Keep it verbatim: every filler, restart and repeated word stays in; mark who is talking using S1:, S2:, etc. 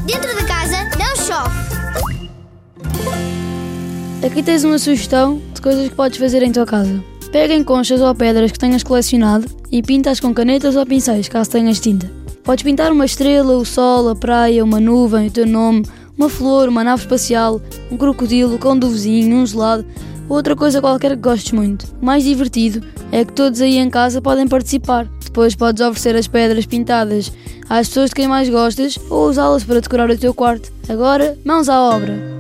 S1: Dentro de casa não chove.
S2: Aqui tens uma sugestão de coisas que podes fazer em tua casa. Pega em conchas ou pedras que tenhas colecionado e pinta-as com canetas ou pincéis, caso tenhas tinta. Podes pintar uma estrela, o sol, a praia, uma nuvem, o teu nome, uma flor, uma nave espacial, um crocodilo, o cão do vizinho, um gelado ou outra coisa qualquer que gostes muito. O mais divertido é que todos aí em casa podem participar. Depois podes oferecer as pedras pintadas às pessoas de quem mais gostas ou usá-las para decorar o teu quarto. Agora, mãos à obra!